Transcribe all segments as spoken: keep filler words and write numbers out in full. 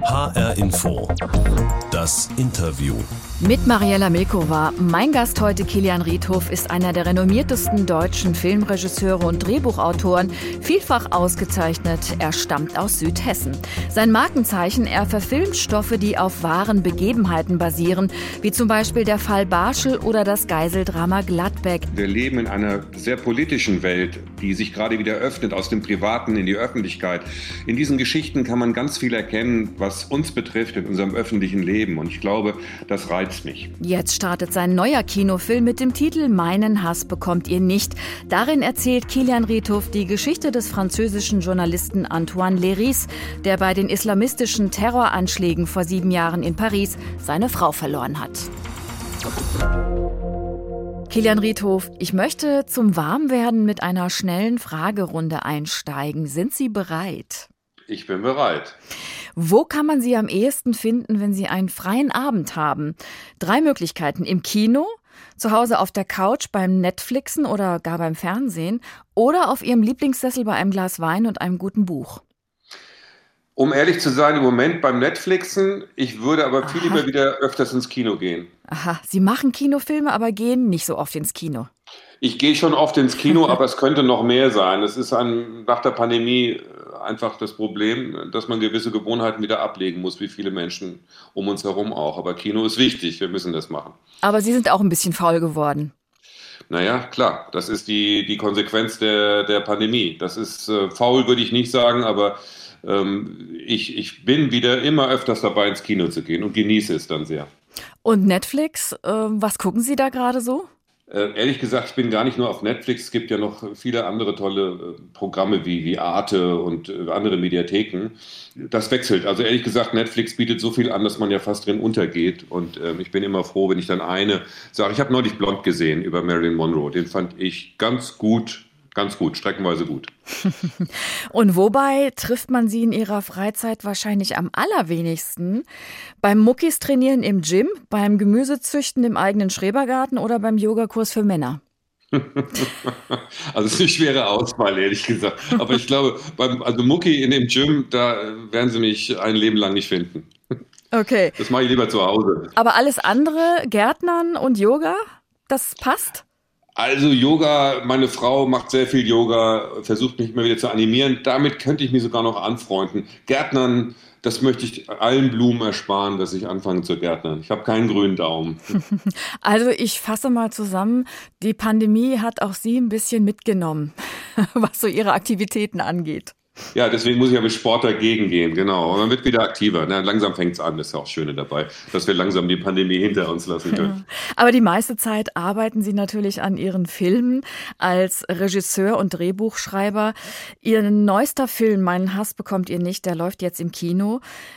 H R Info. Das Interview. Mit Mariella Milkova. Mein Gast heute, Kilian Riedhoff, ist einer der renommiertesten deutschen Filmregisseure und Drehbuchautoren, vielfach ausgezeichnet. Er stammt aus Südhessen. Sein Markenzeichen, er verfilmt Stoffe, die auf wahren Begebenheiten basieren, wie zum Beispiel der Fall Barschel oder das Geiseldrama Gladbeck. Wir leben in einer sehr politischen Welt, die sich gerade wieder öffnet, aus dem Privaten in die Öffentlichkeit. In diesen Geschichten kann man ganz viel erkennen, was uns betrifft in unserem öffentlichen Leben. Und ich glaube, das reizt mich. Jetzt startet sein neuer Kinofilm mit dem Titel Meinen Hass bekommt ihr nicht. Darin erzählt Kilian Riedhoff die Geschichte des französischen Journalisten Antoine Léris, der bei den islamistischen Terroranschlägen vor sieben Jahren in Paris seine Frau verloren hat. Kilian Riedhoff, ich möchte zum Warmwerden mit einer schnellen Fragerunde einsteigen. Sind Sie bereit? Ich bin bereit. Wo kann man Sie am ehesten finden, wenn Sie einen freien Abend haben? Drei Möglichkeiten: im Kino, zu Hause auf der Couch beim Netflixen oder gar beim Fernsehen oder auf Ihrem Lieblingssessel bei einem Glas Wein und einem guten Buch. Um ehrlich zu sein, im Moment beim Netflixen. Ich würde aber viel lieber wieder öfters ins Kino gehen. Aha, Sie machen Kinofilme, aber gehen nicht so oft ins Kino. Ich gehe schon oft ins Kino, aber es könnte noch mehr sein. Es ist ein, nach der Pandemie einfach das Problem, dass man gewisse Gewohnheiten wieder ablegen muss, wie viele Menschen um uns herum auch. Aber Kino ist wichtig, wir müssen das machen. Aber Sie sind auch ein bisschen faul geworden. Naja, klar, das ist die, die Konsequenz der, der Pandemie. Das ist äh, faul, würde ich nicht sagen, aber ähm, ich, ich bin wieder immer öfters dabei, ins Kino zu gehen und genieße es dann sehr. Und Netflix, äh, was gucken Sie da gerade so? Äh, ehrlich gesagt, ich bin gar nicht nur auf Netflix. Es gibt ja noch viele andere tolle äh, Programme wie, wie Arte und äh, andere Mediatheken. Das wechselt. Also ehrlich gesagt, Netflix bietet so viel an, dass man ja fast drin untergeht. Und äh, ich bin immer froh, wenn ich dann eine sage. Ich habe neulich Blond gesehen über Marilyn Monroe. Den fand ich ganz gut, ganz gut, streckenweise gut. Und wobei trifft man Sie in Ihrer Freizeit wahrscheinlich am allerwenigsten? Beim Muckis trainieren im Gym, beim Gemüsezüchten im eigenen Schrebergarten oder beim Yogakurs für Männer? Also es ist eine schwere Auswahl, ehrlich gesagt. Aber ich glaube, beim also Mucki in dem Gym, da werden Sie mich ein Leben lang nicht finden. Okay. Das mache ich lieber zu Hause. Aber alles andere, Gärtnern und Yoga, das passt? Also Yoga, meine Frau macht sehr viel Yoga, versucht mich immer wieder zu animieren. Damit könnte ich mich sogar noch anfreunden. Gärtnern, das möchte ich allen Blumen ersparen, dass ich anfange zu gärtnern. Ich habe keinen grünen Daumen. Also ich fasse mal zusammen, die Pandemie hat auch Sie ein bisschen mitgenommen, was so Ihre Aktivitäten angeht. Ja, deswegen muss ich ja mit Sport dagegen gehen, genau. Und man wird wieder aktiver. Na, langsam fängt es an, das ist ja auch das Schöne dabei, dass wir langsam die Pandemie hinter uns lassen können. Aber die meiste Zeit arbeiten Sie natürlich an Ihren Filmen als Regisseur und Drehbuchschreiber. Ihr neuester Film, Meinen Hass bekommt ihr nicht, der läuft jetzt im Kino.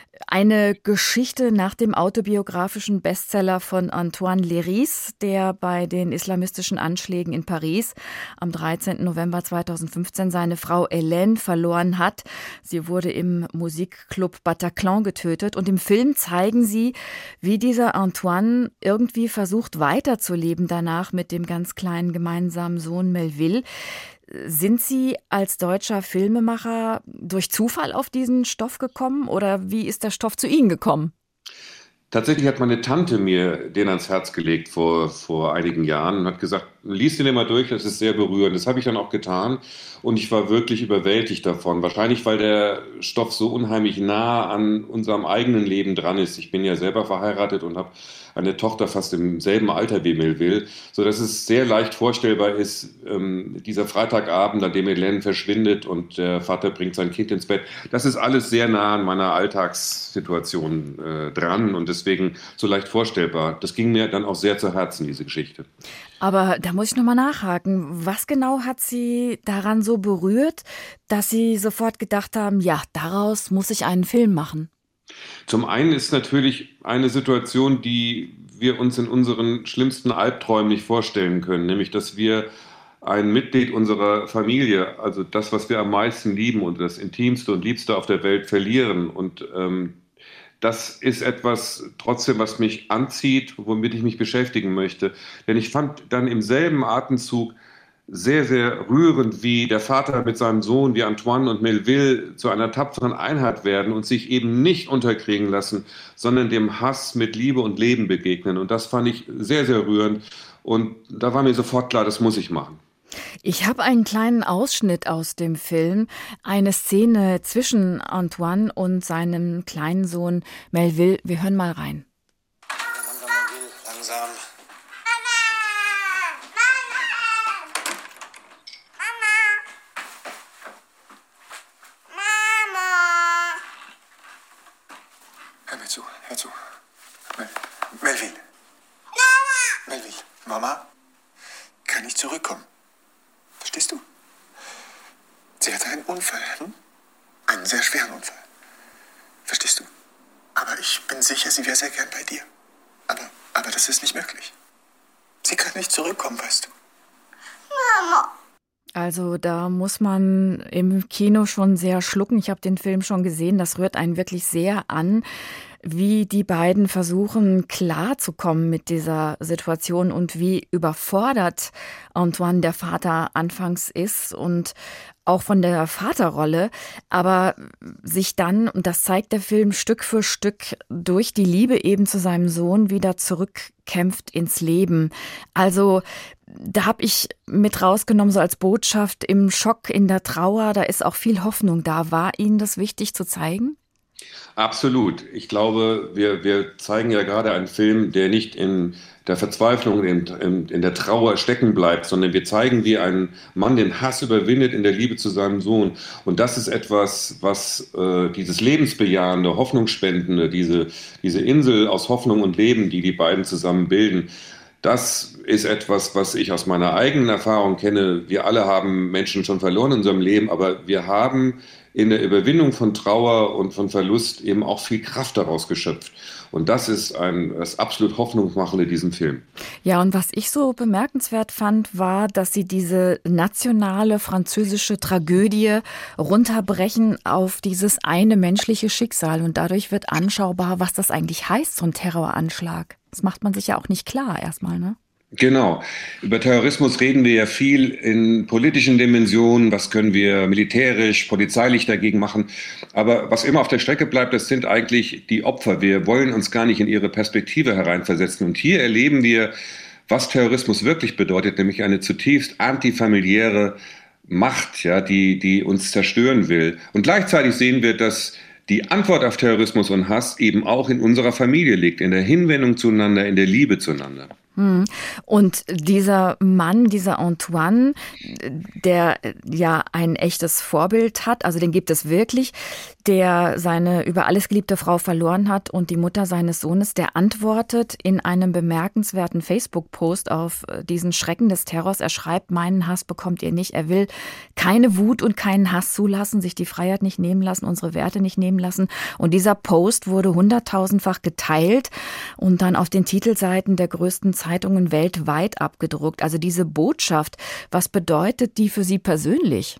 Eine Geschichte nach dem autobiografischen Bestseller von Antoine Léris, der bei den islamistischen Anschlägen in Paris am dreizehnten November zweitausendfünfzehn seine Frau Hélène verloren hat. Sie wurde im Musikclub Bataclan getötet und im Film zeigen sie, wie dieser Antoine irgendwie versucht weiterzuleben danach mit dem ganz kleinen gemeinsamen Sohn Melville. Sind Sie als deutscher Filmemacher durch Zufall auf diesen Stoff gekommen oder wie ist der Stoff zu Ihnen gekommen? Tatsächlich hat meine Tante mir den ans Herz gelegt vor, vor einigen Jahren und hat gesagt, lies den mal durch, das ist sehr berührend. Das habe ich dann auch getan und ich war wirklich überwältigt davon. Wahrscheinlich, weil der Stoff so unheimlich nah an unserem eigenen Leben dran ist. Ich bin ja selber verheiratet und habe eine Tochter fast im selben Alter wie Melville, sodass es sehr leicht vorstellbar ist, ähm, dieser Freitagabend, an dem Hélène verschwindet und der Vater bringt sein Kind ins Bett. Das ist alles sehr nah an meiner Alltagssituation äh, dran und deswegen so leicht vorstellbar. Das ging mir dann auch sehr zu Herzen, diese Geschichte. Aber da muss ich nochmal nachhaken. Was genau hat Sie daran so berührt, dass Sie sofort gedacht haben, ja, daraus muss ich einen Film machen? Zum einen ist natürlich eine Situation, die wir uns in unseren schlimmsten Albträumen nicht vorstellen können, nämlich dass wir ein Mitglied unserer Familie, also das, was wir am meisten lieben und das Intimste und Liebste auf der Welt verlieren. Und ähm, das ist etwas trotzdem, was mich anzieht, womit ich mich beschäftigen möchte. Denn ich fand dann im selben Atemzug sehr, sehr rührend, wie der Vater mit seinem Sohn, wie Antoine und Melville zu einer tapferen Einheit werden und sich eben nicht unterkriegen lassen, sondern dem Hass mit Liebe und Leben begegnen. Und das fand ich sehr, sehr rührend. Und da war mir sofort klar, das muss ich machen. Ich habe einen kleinen Ausschnitt aus dem Film, eine Szene zwischen Antoine und seinem kleinen Sohn Melville. Wir hören mal rein. Langsam, Melville, langsam. Hör mir zu, hör zu. Mel Melville. Melville, Mama kann nicht zurückkommen. Verstehst du? Sie hatte einen Unfall, hm? Einen sehr schweren Unfall. Verstehst du? Aber ich bin sicher, sie wäre sehr gern bei dir. Aber, aber das ist nicht möglich. Sie kann nicht zurückkommen, weißt du. Mama. Also da muss man im Kino schon sehr schlucken. Ich habe den Film schon gesehen. Das rührt einen wirklich sehr an, wie die beiden versuchen, klarzukommen mit dieser Situation und wie überfordert Antoine, der Vater, anfangs ist und auch von der Vaterrolle, aber sich dann, und das zeigt der Film, Stück für Stück durch die Liebe eben zu seinem Sohn wieder zurückkämpft ins Leben. Also da habe ich mit rausgenommen, so als Botschaft, im Schock, in der Trauer, da ist auch viel Hoffnung da. War Ihnen das wichtig zu zeigen? Absolut. Ich glaube, wir, wir zeigen ja gerade einen Film, der nicht in der Verzweiflung, in, in, in der Trauer stecken bleibt, sondern wir zeigen, wie ein Mann den Hass überwindet in der Liebe zu seinem Sohn. Und das ist etwas, was äh, dieses lebensbejahende, hoffnungsspendende, diese, diese Insel aus Hoffnung und Leben, die die beiden zusammen bilden, das ist etwas, was ich aus meiner eigenen Erfahrung kenne. Wir alle haben Menschen schon verloren in unserem Leben, aber wir haben in der Überwindung von Trauer und von Verlust eben auch viel Kraft daraus geschöpft. Und das ist ein, das absolut Hoffnungsmachende diesem Film. Ja, und was ich so bemerkenswert fand, war, dass sie diese nationale französische Tragödie runterbrechen auf dieses eine menschliche Schicksal. Und dadurch wird anschaubar, was das eigentlich heißt, so ein Terroranschlag. Das macht man sich ja auch nicht klar erstmal, ne? Genau. Über Terrorismus reden wir ja viel in politischen Dimensionen. Was können wir militärisch, polizeilich dagegen machen? Aber was immer auf der Strecke bleibt, das sind eigentlich die Opfer. Wir wollen uns gar nicht in ihre Perspektive hereinversetzen. Und hier erleben wir, was Terrorismus wirklich bedeutet, nämlich eine zutiefst antifamiliäre Macht, ja, die, die uns zerstören will. Und gleichzeitig sehen wir, dass die Antwort auf Terrorismus und Hass eben auch in unserer Familie liegt, in der Hinwendung zueinander, in der Liebe zueinander. Und dieser Mann, dieser Antoine, der ja ein echtes Vorbild hat, also den gibt es wirklich, der seine über alles geliebte Frau verloren hat und die Mutter seines Sohnes, der antwortet in einem bemerkenswerten Facebook-Post auf diesen Schrecken des Terrors. Er schreibt, meinen Hass bekommt ihr nicht. Er will keine Wut und keinen Hass zulassen, sich die Freiheit nicht nehmen lassen, unsere Werte nicht nehmen lassen. Und dieser Post wurde hunderttausendfach geteilt und dann auf den Titelseiten der größten Zeitungen weltweit abgedruckt. Also diese Botschaft, was bedeutet die für Sie persönlich?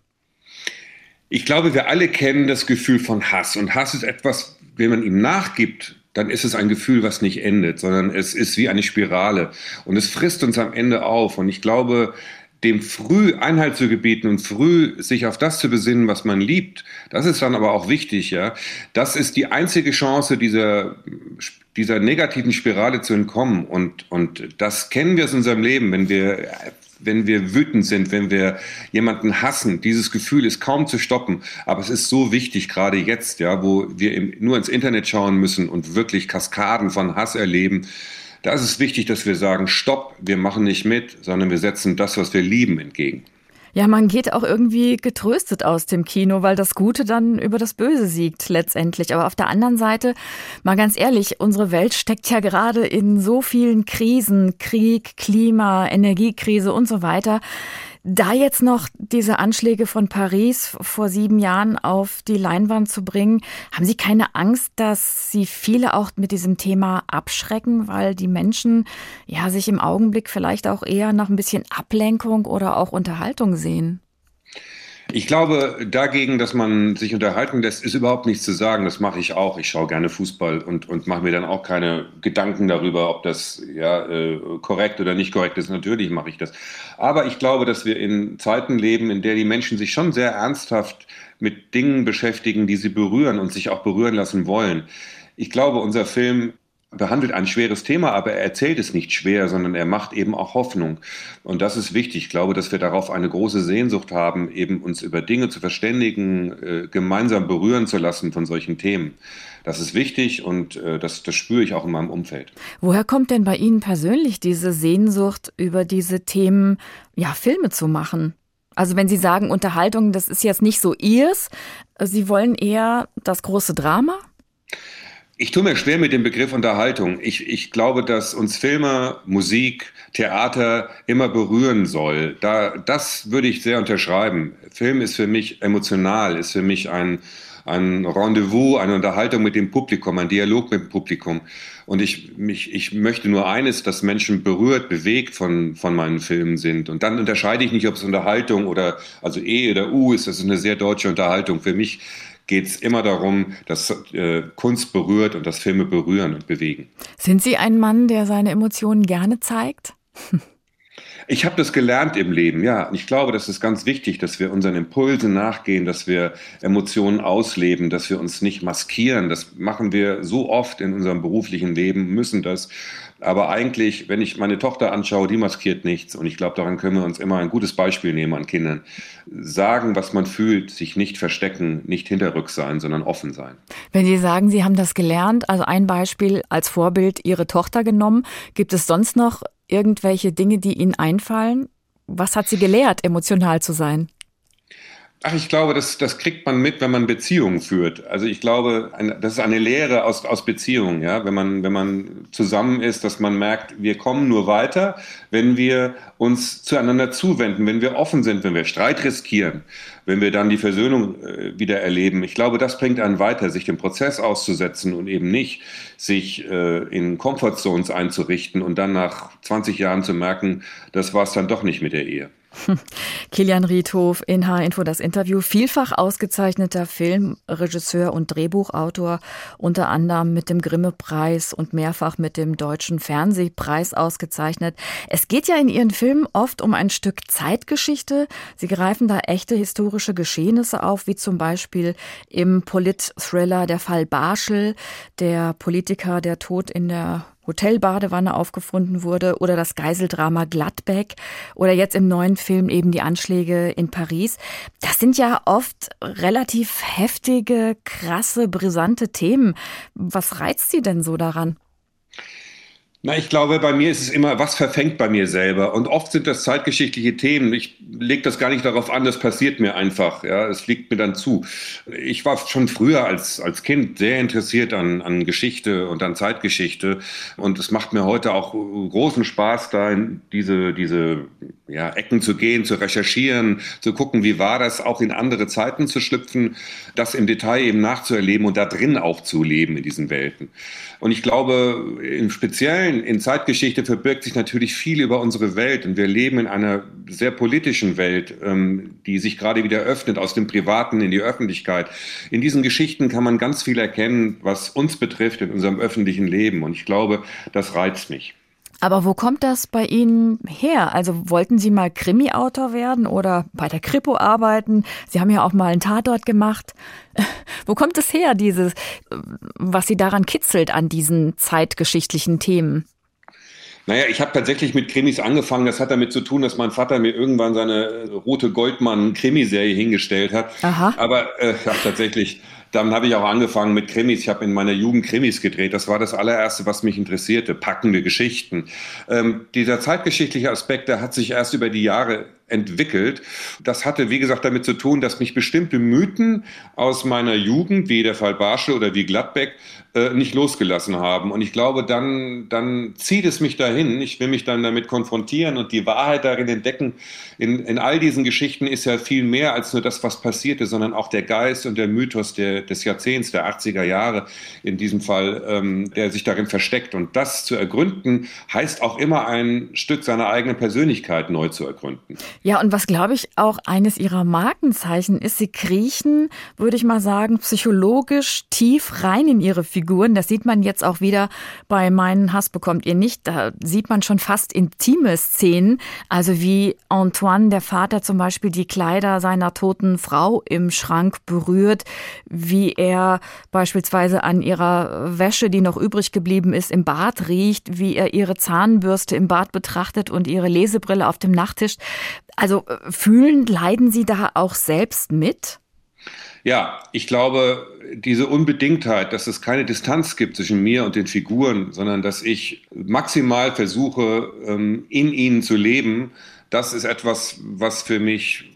Ich glaube, wir alle kennen das Gefühl von Hass. Und Hass ist etwas, wenn man ihm nachgibt, dann ist es ein Gefühl, was nicht endet, sondern es ist wie eine Spirale. Und es frisst uns am Ende auf. Und ich glaube, dem früh Einhalt zu gebieten und früh sich auf das zu besinnen, was man liebt, das ist dann aber auch wichtig, ja. Das ist die einzige Chance, dieser, dieser negativen Spirale zu entkommen. Und, und das kennen wir aus unserem Leben, wenn wir, wenn wir wütend sind, wenn wir jemanden hassen. Dieses Gefühl ist kaum zu stoppen. Aber es ist so wichtig, gerade jetzt, ja, wo wir im, nur ins Internet schauen müssen und wirklich Kaskaden von Hass erleben. Da ist es wichtig, dass wir sagen, stopp, wir machen nicht mit, sondern wir setzen das, was wir lieben, entgegen. Ja, man geht auch irgendwie getröstet aus dem Kino, weil das Gute dann über das Böse siegt letztendlich. Aber auf der anderen Seite, mal ganz ehrlich, unsere Welt steckt ja gerade in so vielen Krisen, Krieg, Klima, Energiekrise und so weiter. Da jetzt noch diese Anschläge von Paris vor sieben Jahren auf die Leinwand zu bringen, haben Sie keine Angst, dass Sie viele auch mit diesem Thema abschrecken, weil die Menschen ja sich im Augenblick vielleicht auch eher nach ein bisschen Ablenkung oder auch Unterhaltung sehen? Ich glaube dagegen, dass man sich unterhalten lässt, ist überhaupt nichts zu sagen. Das mache ich auch. Ich schaue gerne Fußball und, und mache mir dann auch keine Gedanken darüber, ob das ja, äh, korrekt oder nicht korrekt ist. Natürlich mache ich das. Aber ich glaube, dass wir in Zeiten leben, in der die Menschen sich schon sehr ernsthaft mit Dingen beschäftigen, die sie berühren und sich auch berühren lassen wollen. Ich glaube, unser Film behandelt ein schweres Thema, aber er erzählt es nicht schwer, sondern er macht eben auch Hoffnung. Und das ist wichtig. Ich glaube, dass wir darauf eine große Sehnsucht haben, eben uns über Dinge zu verständigen, äh, gemeinsam berühren zu lassen von solchen Themen. Das ist wichtig und äh, das, das spüre ich auch in meinem Umfeld. Woher kommt denn bei Ihnen persönlich diese Sehnsucht, über diese Themen, ja, Filme zu machen? Also wenn Sie sagen, Unterhaltung, das ist jetzt nicht so Ihrs, Sie wollen eher das große Drama? Ich tue mir schwer mit dem Begriff Unterhaltung. Ich, ich glaube, dass uns Filme, Musik, Theater immer berühren soll. Da, das würde ich sehr unterschreiben. Film ist für mich emotional, ist für mich ein, ein Rendezvous, eine Unterhaltung mit dem Publikum, ein Dialog mit dem Publikum. Und ich, mich, ich möchte nur eines, dass Menschen berührt, bewegt von, von meinen Filmen sind. Und dann unterscheide ich nicht, ob es Unterhaltung oder, also E oder U ist. Das ist eine sehr deutsche Unterhaltung. Für mich geht es immer darum, dass äh, Kunst berührt und dass Filme berühren und bewegen. Sind Sie ein Mann, der seine Emotionen gerne zeigt? Ich habe das gelernt im Leben, ja. Und ich glaube, das ist ganz wichtig, dass wir unseren Impulsen nachgehen, dass wir Emotionen ausleben, dass wir uns nicht maskieren. Das machen wir so oft in unserem beruflichen Leben, müssen das. Aber eigentlich, wenn ich meine Tochter anschaue, die maskiert nichts. Und ich glaube, daran können wir uns immer ein gutes Beispiel nehmen an Kindern. Sagen, was man fühlt, sich nicht verstecken, nicht hinterrücks sein, sondern offen sein. Wenn Sie sagen, Sie haben das gelernt, also ein Beispiel als Vorbild Ihre Tochter genommen, gibt es sonst noch irgendwelche Dinge, die Ihnen einfallen? Was hat sie gelehrt, emotional zu sein? Ach, ich glaube, das, das kriegt man mit, wenn man Beziehungen führt. Also ich glaube, ein, das ist eine Lehre aus, aus Beziehungen, ja, wenn man, wenn man zusammen ist, dass man merkt, wir kommen nur weiter, wenn wir uns zueinander zuwenden, wenn wir offen sind, wenn wir Streit riskieren, wenn wir dann die Versöhnung äh, wieder erleben. Ich glaube, das bringt einen weiter, sich dem Prozess auszusetzen und eben nicht sich äh, in Comfortzones einzurichten und dann nach zwanzig Jahren zu merken, das war es dann doch nicht mit der Ehe. Kilian Riedhof in H Info das Interview. Vielfach ausgezeichneter Filmregisseur und Drehbuchautor, unter anderem mit dem Grimme-Preis und mehrfach mit dem Deutschen Fernsehpreis ausgezeichnet. Es geht ja in Ihren Filmen oft um ein Stück Zeitgeschichte. Sie greifen da echte historische Geschehnisse auf, wie zum Beispiel im Polit-Thriller Der Fall Barschel, der Politiker, der tot in der Hotelbadewanne aufgefunden wurde, oder das Geiseldrama Gladbeck oder jetzt im neuen Film eben die Anschläge in Paris. Das sind ja oft relativ heftige, krasse, brisante Themen. Was reizt Sie denn so daran? Na, ich glaube, bei mir ist es immer, was verfängt bei mir selber? Und oft sind das zeitgeschichtliche Themen. Ich lege das gar nicht darauf an, das passiert mir einfach. Ja, es liegt mir dann zu. Ich war schon früher als, als Kind sehr interessiert an, an Geschichte und an Zeitgeschichte. Und es macht mir heute auch großen Spaß, da in diese, diese ja, Ecken zu gehen, zu recherchieren, zu gucken, wie war das, auch in andere Zeiten zu schlüpfen, das im Detail eben nachzuerleben und da drin auch zu leben in diesen Welten. Und ich glaube, im Speziellen in Zeitgeschichte verbirgt sich natürlich viel über unsere Welt. Und wir leben in einer sehr politischen Welt, ähm, die sich gerade wieder öffnet aus dem Privaten in die Öffentlichkeit. In diesen Geschichten kann man ganz viel erkennen, was uns betrifft in unserem öffentlichen Leben. Und ich glaube, das reizt mich. Aber wo kommt das bei Ihnen her? Also wollten Sie mal Krimi-Autor werden oder bei der Kripo arbeiten? Sie haben ja auch mal einen Tatort gemacht. Wo kommt es her, dieses, was Sie daran kitzelt an diesen zeitgeschichtlichen Themen? Naja, ich habe tatsächlich mit Krimis angefangen. Das hat damit zu tun, dass mein Vater mir irgendwann seine Rote Goldmann-Krimiserie hingestellt hat. Aha. Aber äh, ja, tatsächlich... Dann habe ich auch angefangen mit Krimis. Ich habe in meiner Jugend Krimis gedreht. Das war das allererste, was mich interessierte. Packende Geschichten. Ähm, dieser zeitgeschichtliche Aspekt, der hat sich erst über die Jahre entwickelt. Das hatte, wie gesagt, damit zu tun, dass mich bestimmte Mythen aus meiner Jugend, wie der Fall Barschel oder wie Gladbeck, äh, nicht losgelassen haben. Und ich glaube, dann, dann zieht es mich dahin. Ich will mich dann damit konfrontieren und die Wahrheit darin entdecken. In, in all diesen Geschichten ist ja viel mehr als nur das, was passierte, sondern auch der Geist und der Mythos der, des Jahrzehnts, der achtziger Jahre in diesem Fall, ähm, der sich darin versteckt. Und das zu ergründen, heißt auch immer ein Stück seiner eigenen Persönlichkeit neu zu ergründen. Ja, und was, glaube ich, auch eines ihrer Markenzeichen ist, sie kriechen, würde ich mal sagen, psychologisch tief rein in ihre Figuren. Das sieht man jetzt auch wieder bei Meinen Hass bekommt ihr nicht. Da sieht man schon fast intime Szenen, also wie Antoine, der Vater, zum Beispiel die Kleider seiner toten Frau im Schrank berührt, wie er beispielsweise an ihrer Wäsche, die noch übrig geblieben ist, im Bad riecht, wie er ihre Zahnbürste im Bad betrachtet und ihre Lesebrille auf dem Nachttisch. Also fühlen, leiden Sie da auch selbst mit? Ja, ich glaube, diese Unbedingtheit, dass es keine Distanz gibt zwischen mir und den Figuren, sondern dass ich maximal versuche, in ihnen zu leben, das ist etwas, was für mich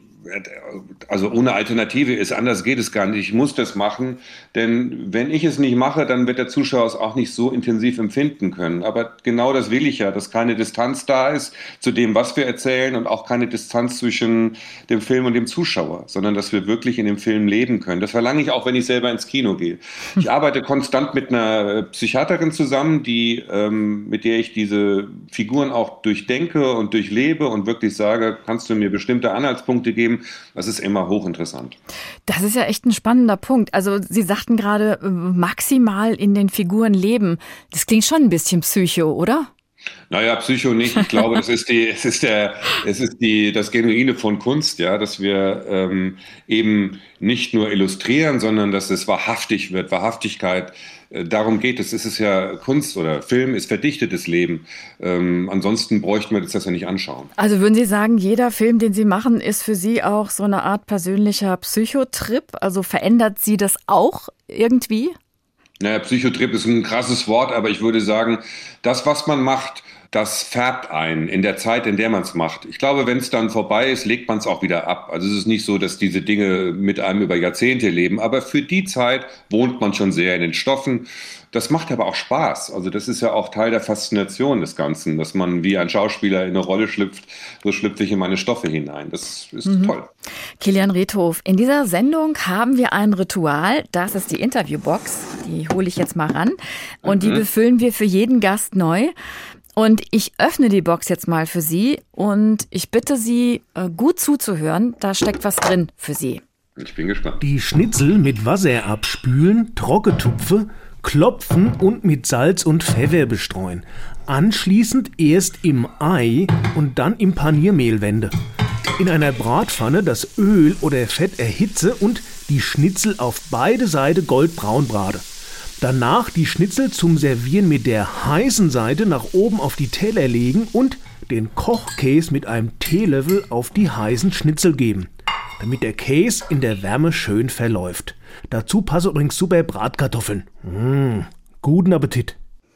also ohne Alternative ist. Anders geht es gar nicht. Ich muss das machen, denn wenn ich es nicht mache, dann wird der Zuschauer es auch nicht so intensiv empfinden können. Aber genau das will ich ja, dass keine Distanz da ist zu dem, was wir erzählen und auch keine Distanz zwischen dem Film und dem Zuschauer, sondern dass wir wirklich in dem Film leben können. Das verlange ich auch, wenn ich selber ins Kino gehe. Ich arbeite konstant mit einer Psychiaterin zusammen, die, ähm, mit der ich diese Figuren auch durchdenke und durchlebe und wirklich sage, kannst du mir bestimmte Anhaltspunkte geben? Das ist immer hochinteressant. Das ist ja echt ein spannender Punkt. Also Sie sagten gerade, maximal in den Figuren leben. Das klingt schon ein bisschen psycho, oder? Naja, Psycho nicht. Ich glaube, das ist die, es ist der, es ist die, das Genuine von Kunst, ja, dass wir ähm, eben nicht nur illustrieren, sondern dass es wahrhaftig wird, Wahrhaftigkeit. Äh, darum geht es. Es ist ja Kunst oder Film ist verdichtetes Leben. Ähm, ansonsten bräuchten wir das ja nicht anschauen. Also würden Sie sagen, jeder Film, den Sie machen, ist für Sie auch so eine Art persönlicher Psychotrip? Also verändert Sie das auch irgendwie? Naja, Psychotrip ist ein krasses Wort, aber ich würde sagen, das, was man macht, das färbt einen in der Zeit, in der man es macht. Ich glaube, wenn es dann vorbei ist, legt man es auch wieder ab. Also es ist nicht so, dass diese Dinge mit einem über Jahrzehnte leben, aber für die Zeit wohnt man schon sehr in den Stoffen. Das macht aber auch Spaß. Also das ist ja auch Teil der Faszination des Ganzen, dass man wie ein Schauspieler in eine Rolle schlüpft, so schlüpfe ich in meine Stoffe hinein. Das ist mhm. toll. Kilian Riethof, in dieser Sendung haben wir ein Ritual, das ist die Interviewbox, die hole ich jetzt mal ran und mhm. die befüllen wir für jeden Gast neu. Und ich öffne die Box jetzt mal für Sie und ich bitte Sie, gut zuzuhören, da steckt was drin für Sie. Ich bin gespannt. Die Schnitzel mit Wasser abspülen, Trockentupfe, klopfen und mit Salz und Pfeffer bestreuen. Anschließend erst im Ei und dann im Paniermehl wende. In einer Bratpfanne das Öl oder Fett erhitze und die Schnitzel auf beide Seiten goldbraun brate. Danach die Schnitzel zum Servieren mit der heißen Seite nach oben auf die Teller legen und den Kochkäse mit einem Teelöffel auf die heißen Schnitzel geben, damit der Käse in der Wärme schön verläuft. Dazu passen übrigens super Bratkartoffeln. Mmh, guten Appetit.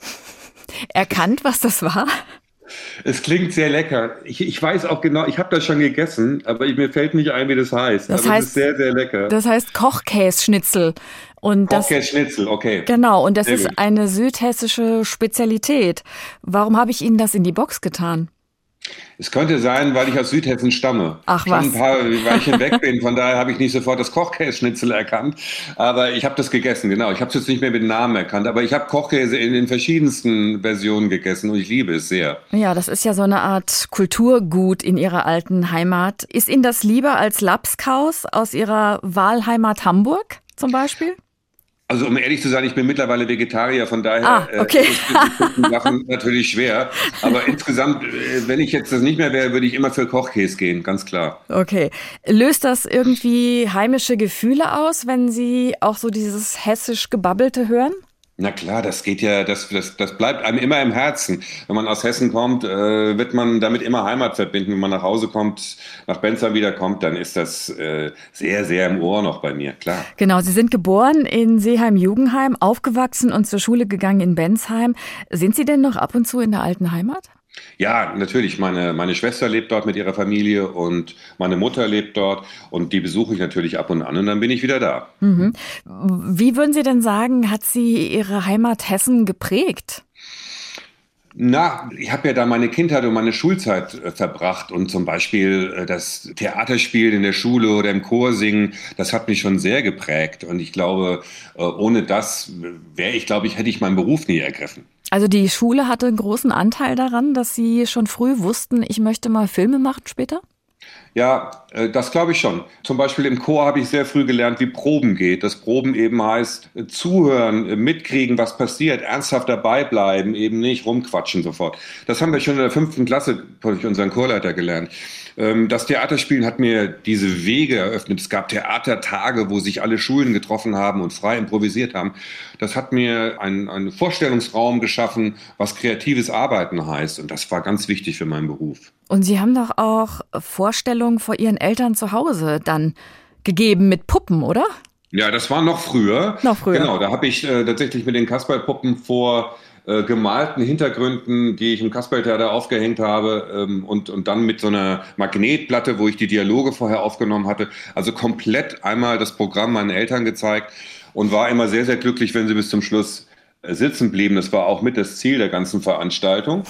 Erkannt, was das war? Es klingt sehr lecker. Ich, ich weiß auch genau, ich habe das schon gegessen, aber mir fällt nicht ein, wie das heißt. Das aber heißt, es ist sehr, sehr lecker. Das heißt Kochkässchnitzel. Kochkässchnitzel, okay. Genau, und das sehr ist gut. eine südhessische Spezialität. Warum habe ich Ihnen das in die Box getan? Es könnte sein, weil ich aus Südhessen stamme. Ach Schon was. ein paar Weilchen weg bin, von daher habe ich nicht sofort das Kochkässchnitzel erkannt. Aber ich habe das gegessen, genau. Ich habe es jetzt nicht mehr mit Namen erkannt, aber ich habe Kochkäse in den verschiedensten Versionen gegessen und ich liebe es sehr. Ja, das ist ja so eine Art Kulturgut in Ihrer alten Heimat. Ist Ihnen das lieber als Lapskaus aus Ihrer Wahlheimat Hamburg zum Beispiel? Also um ehrlich zu sein, ich bin mittlerweile Vegetarier, von daher ah, okay. äh, ist die Sachen natürlich schwer. Aber insgesamt, äh, wenn ich jetzt das nicht mehr wäre, würde ich immer für Kochkäse gehen, ganz klar. Okay. Löst das irgendwie heimische Gefühle aus, wenn Sie auch so dieses hessisch Gebabbelte hören? Na klar, das geht ja, das, das, das bleibt einem immer im Herzen. Wenn man aus Hessen kommt, äh, wird man damit immer Heimat verbinden. Wenn man nach Hause kommt, nach Bensheim wiederkommt, dann ist das äh, sehr, sehr im Ohr noch bei mir, klar. Genau, Sie sind geboren in Seeheim-Jugendheim, aufgewachsen und zur Schule gegangen in Bensheim. Sind Sie denn noch ab und zu in der alten Heimat? Ja, natürlich. Meine, meine Schwester lebt dort mit ihrer Familie und meine Mutter lebt dort und die besuche ich natürlich ab und an und dann bin ich wieder da. Mhm. Wie würden Sie denn sagen, hat Sie Ihre Heimat Hessen geprägt? Na, ich habe ja da meine Kindheit und meine Schulzeit äh, verbracht und zum Beispiel äh, das Theaterspielen in der Schule oder im Chor singen, das hat mich schon sehr geprägt und ich glaube, äh, ohne das wäre ich, glaube ich, hätte ich meinen Beruf nie ergriffen. Also die Schule hatte einen großen Anteil daran, dass Sie schon früh wussten, ich möchte mal Filme machen später? Ja, äh, das glaube ich schon. Zum Beispiel im Chor habe ich sehr früh gelernt, wie Proben geht. Das Proben eben heißt äh, zuhören, äh, mitkriegen, was passiert, ernsthaft dabei bleiben, eben nicht rumquatschen sofort. Das haben wir schon in der fünften Klasse durch unseren Chorleiter gelernt. Ähm, das Theaterspielen hat mir diese Wege eröffnet. Es gab Theatertage, wo sich alle Schulen getroffen haben und frei improvisiert haben. Das hat mir einen, einen Vorstellungsraum geschaffen, was kreatives Arbeiten heißt. Und das war ganz wichtig für meinen Beruf. Und Sie haben doch auch Vorstellungen vor Ihren Eltern zu Hause dann gegeben mit Puppen, oder? Ja, das war noch früher. Noch früher. Genau, da habe ich äh, tatsächlich mit den Kasperlpuppen vor äh, gemalten Hintergründen, die ich im Kasperltheater aufgehängt habe ähm, und, und dann mit so einer Magnetplatte, wo ich die Dialoge vorher aufgenommen hatte, also komplett einmal das Programm meinen Eltern gezeigt und war immer sehr, sehr glücklich, wenn sie bis zum Schluss äh, sitzen blieben. Das war auch mit das Ziel der ganzen Veranstaltung.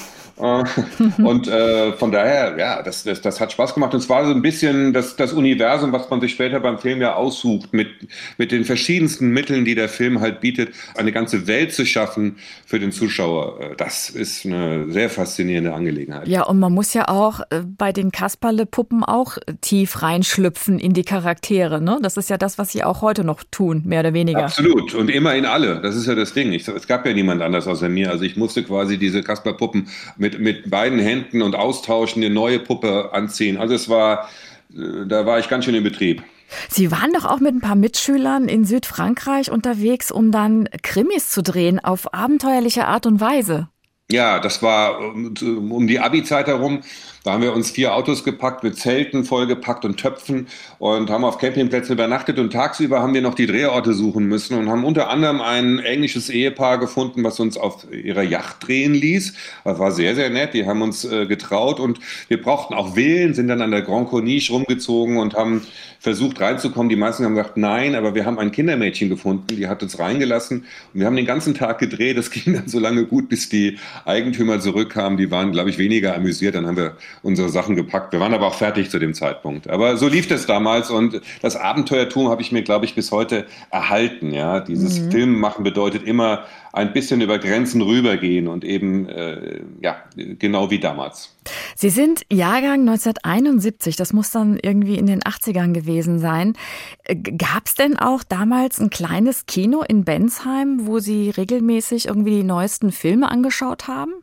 Und äh, von daher, ja, das, das, das hat Spaß gemacht. Und es war so ein bisschen das, das Universum, was man sich später beim Film ja aussucht, mit, mit den verschiedensten Mitteln, die der Film halt bietet, eine ganze Welt zu schaffen für den Zuschauer. Das ist eine sehr faszinierende Angelegenheit. Ja, und man muss ja auch äh, bei den Kasperle-Puppen auch tief reinschlüpfen in die Charaktere, ne? Das ist ja das, was sie auch heute noch tun, mehr oder weniger. Absolut. Und immer in alle. Das ist ja das Ding. Ich, es gab ja niemand anders außer mir. Also ich musste quasi diese Kasperlpuppen mit, mit beiden Händen und austauschen, eine neue Puppe anziehen. Also es war, da war ich ganz schön in Betrieb. Sie waren doch auch mit ein paar Mitschülern in Südfrankreich unterwegs, um dann Krimis zu drehen auf abenteuerliche Art und Weise. Ja, das war um die Abi-Zeit herum. Da haben wir uns vier Autos gepackt, mit Zelten vollgepackt und Töpfen und haben auf Campingplätzen übernachtet. Und tagsüber haben wir noch die Drehorte suchen müssen und haben unter anderem ein englisches Ehepaar gefunden, was uns auf ihrer Yacht drehen ließ. Das war sehr, sehr nett. Die haben uns äh, getraut und wir brauchten auch Villen, sind dann an der Grand Corniche rumgezogen und haben versucht reinzukommen. Die meisten haben gesagt, nein, aber wir haben ein Kindermädchen gefunden, die hat uns reingelassen. Und wir haben den ganzen Tag gedreht. Das ging dann so lange gut, bis die Eigentümer zurückkamen. Die waren, glaube ich, weniger amüsiert. Dann haben wir unsere Sachen gepackt. Wir waren aber auch fertig zu dem Zeitpunkt. Aber so lief das damals und das Abenteuertum habe ich mir, glaube ich, bis heute erhalten. Ja, dieses mhm. Filmmachen bedeutet immer ein bisschen über Grenzen rübergehen und eben, äh, ja, genau wie damals. Sie sind Jahrgang neunzehnhunderteinundsiebzig, das muss dann irgendwie in den achtzigern gewesen sein. Gab es denn auch damals ein kleines Kino in Bensheim, wo Sie regelmäßig irgendwie die neuesten Filme angeschaut haben?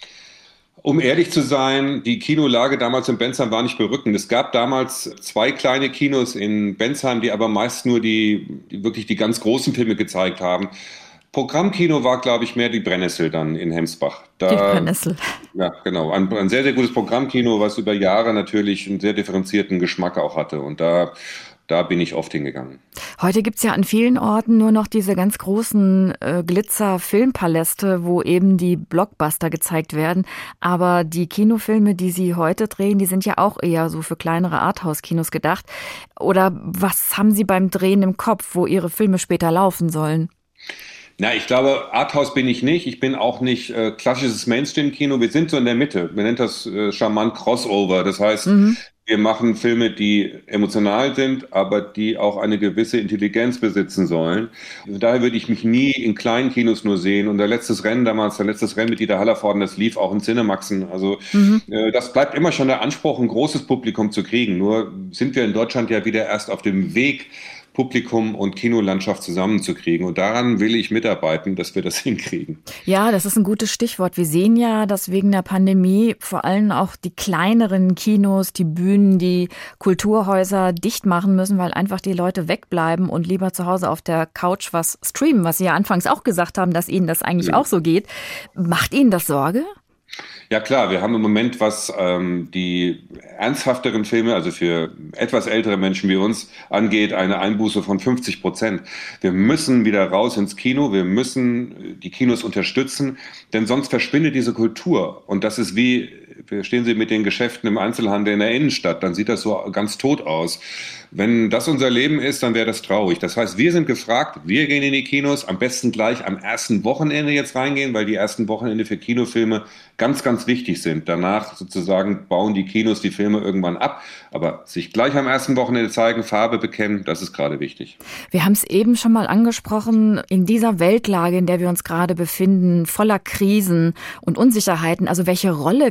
Um ehrlich zu sein, die Kinolage damals in Bensheim war nicht berückend. Es gab damals zwei kleine Kinos in Bensheim, die aber meist nur die, die wirklich die ganz großen Filme gezeigt haben. Programmkino war, glaube ich, mehr die Brennnessel dann in Hemsbach. Da, die Brennnessel. Ja, genau. Ein, ein sehr, sehr gutes Programmkino, was über Jahre natürlich einen sehr differenzierten Geschmack auch hatte. Und da, da bin ich oft hingegangen. Heute gibt's ja an vielen Orten nur noch diese ganz großen äh, Glitzer-Filmpaläste, wo eben die Blockbuster gezeigt werden. Aber die Kinofilme, die Sie heute drehen, die sind ja auch eher so für kleinere Arthouse-Kinos gedacht. Oder was haben Sie beim Drehen im Kopf, wo Ihre Filme später laufen sollen? Na, ich glaube, Arthouse bin ich nicht. Ich bin auch nicht äh, klassisches Mainstream-Kino. Wir sind so in der Mitte. Man nennt das äh, charmant Crossover. Das heißt, mhm. wir machen Filme, die emotional sind, aber die auch eine gewisse Intelligenz besitzen sollen. Daher würde ich mich nie in kleinen Kinos nur sehen. Und der letztes Rennen damals, der letztes Rennen mit Dieter Hallervorden, das lief auch in Cinemaxen. Also mhm. äh, das bleibt immer schon der Anspruch, ein großes Publikum zu kriegen. Nur sind wir in Deutschland ja wieder erst auf dem Weg, Publikum und Kinolandschaft zusammenzukriegen. Und daran will ich mitarbeiten, dass wir das hinkriegen. Ja, das ist ein gutes Stichwort. Wir sehen ja, dass wegen der Pandemie vor allem auch die kleineren Kinos, die Bühnen, die Kulturhäuser dicht machen müssen, weil einfach die Leute wegbleiben und lieber zu Hause auf der Couch was streamen, was Sie ja anfangs auch gesagt haben, dass Ihnen das eigentlich ja. auch so geht. Macht Ihnen das Sorge? Ja klar, wir haben im Moment, was ähm, die ernsthafteren Filme, also für etwas ältere Menschen wie uns angeht, eine Einbuße von fünfzig Prozent. Wir müssen wieder raus ins Kino, wir müssen die Kinos unterstützen, denn sonst verschwindet diese Kultur. Und das ist wie, stehen Sie mit den Geschäften im Einzelhandel in der Innenstadt, dann sieht das so ganz tot aus. Wenn das unser Leben ist, dann wäre das traurig. Das heißt, wir sind gefragt, wir gehen in die Kinos, am besten gleich am ersten Wochenende jetzt reingehen, weil die ersten Wochenende für Kinofilme ganz, ganz wichtig sind. Danach sozusagen bauen die Kinos die Filme irgendwann ab. Aber sich gleich am ersten Wochenende zeigen, Farbe bekennen, das ist gerade wichtig. Wir haben es eben schon mal angesprochen, in dieser Weltlage, in der wir uns gerade befinden, voller Krisen und Unsicherheiten. Also welche Rolle kann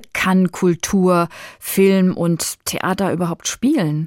kann Kultur, Film und Theater überhaupt spielen?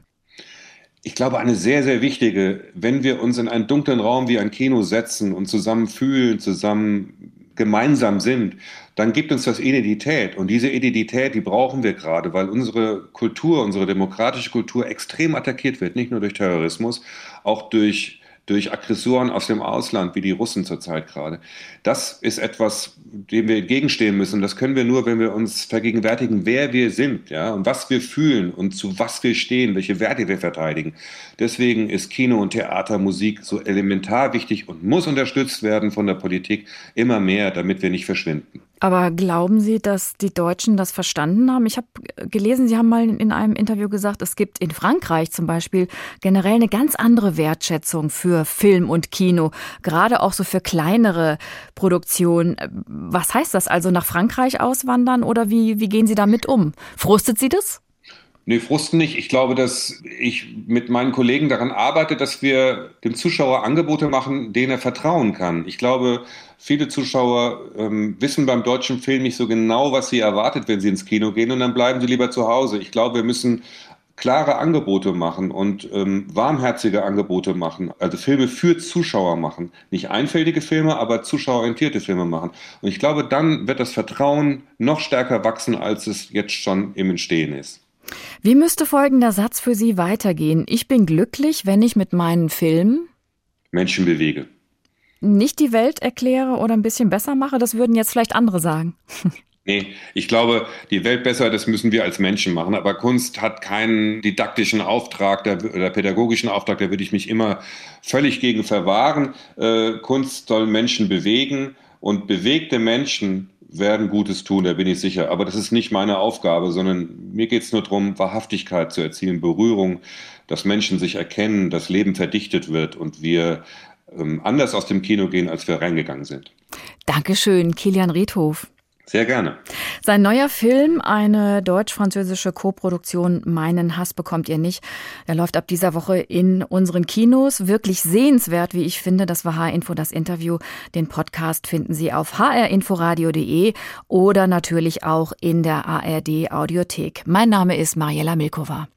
Ich glaube, eine sehr, sehr wichtige, wenn wir uns in einen dunklen Raum wie ein Kino setzen und zusammen fühlen, zusammen gemeinsam sind, dann gibt uns das Identität. Und diese Identität, die brauchen wir gerade, weil unsere Kultur, unsere demokratische Kultur extrem attackiert wird, nicht nur durch Terrorismus, auch durch durch Aggressoren aus dem Ausland, wie die Russen zurzeit gerade. Das ist etwas, dem wir entgegenstehen müssen. Das können wir nur, wenn wir uns vergegenwärtigen, wer wir sind, ja, und was wir fühlen und zu was wir stehen, welche Werte wir verteidigen. Deswegen ist Kino und Theater, Musik so elementar wichtig und muss unterstützt werden von der Politik immer mehr, damit wir nicht verschwinden. Aber glauben Sie, dass die Deutschen das verstanden haben? Ich habe gelesen, Sie haben mal in einem Interview gesagt, es gibt in Frankreich zum Beispiel generell eine ganz andere Wertschätzung für Film und Kino, gerade auch so für kleinere Produktionen. Was heißt das also, nach Frankreich auswandern oder wie, wie gehen Sie damit um? Frustet Sie das? Nee, frusten nicht. Ich glaube, dass ich mit meinen Kollegen daran arbeite, dass wir dem Zuschauer Angebote machen, denen er vertrauen kann. Ich glaube, viele Zuschauer ähm, wissen beim deutschen Film nicht so genau, was sie erwartet, wenn sie ins Kino gehen, und dann bleiben sie lieber zu Hause. Ich glaube, wir müssen klare Angebote machen und ähm, warmherzige Angebote machen, also Filme für Zuschauer machen. Nicht einfältige Filme, aber zuschauerorientierte Filme machen. Und ich glaube, dann wird das Vertrauen noch stärker wachsen, als es jetzt schon im Entstehen ist. Wie müsste folgender Satz für Sie weitergehen? Ich bin glücklich, wenn ich mit meinen Filmen Menschen bewege. Nicht die Welt erkläre oder ein bisschen besser mache, das würden jetzt vielleicht andere sagen. Nee, ich glaube, die Welt besser, das müssen wir als Menschen machen. Aber Kunst hat keinen didaktischen Auftrag oder pädagogischen Auftrag, da würde ich mich immer völlig gegen verwahren. Äh, Kunst soll Menschen bewegen, und bewegte Menschen werden Gutes tun, da bin ich sicher. Aber das ist nicht meine Aufgabe, sondern mir geht es nur darum, Wahrhaftigkeit zu erzielen, Berührung, dass Menschen sich erkennen, dass Leben verdichtet wird und wir ähm, anders aus dem Kino gehen, als wir reingegangen sind. Dankeschön, Kilian Riedhof. Sehr gerne. Sein neuer Film, eine deutsch-französische Koproduktion, Meinen Hass bekommt ihr nicht. Er läuft ab dieser Woche in unseren Kinos. Wirklich sehenswert, wie ich finde. Das war H R Info, das Interview. Den Podcast finden Sie auf h r inforadio punkt d e oder natürlich auch in der A R D Audiothek. Mein Name ist Mariella Milkova.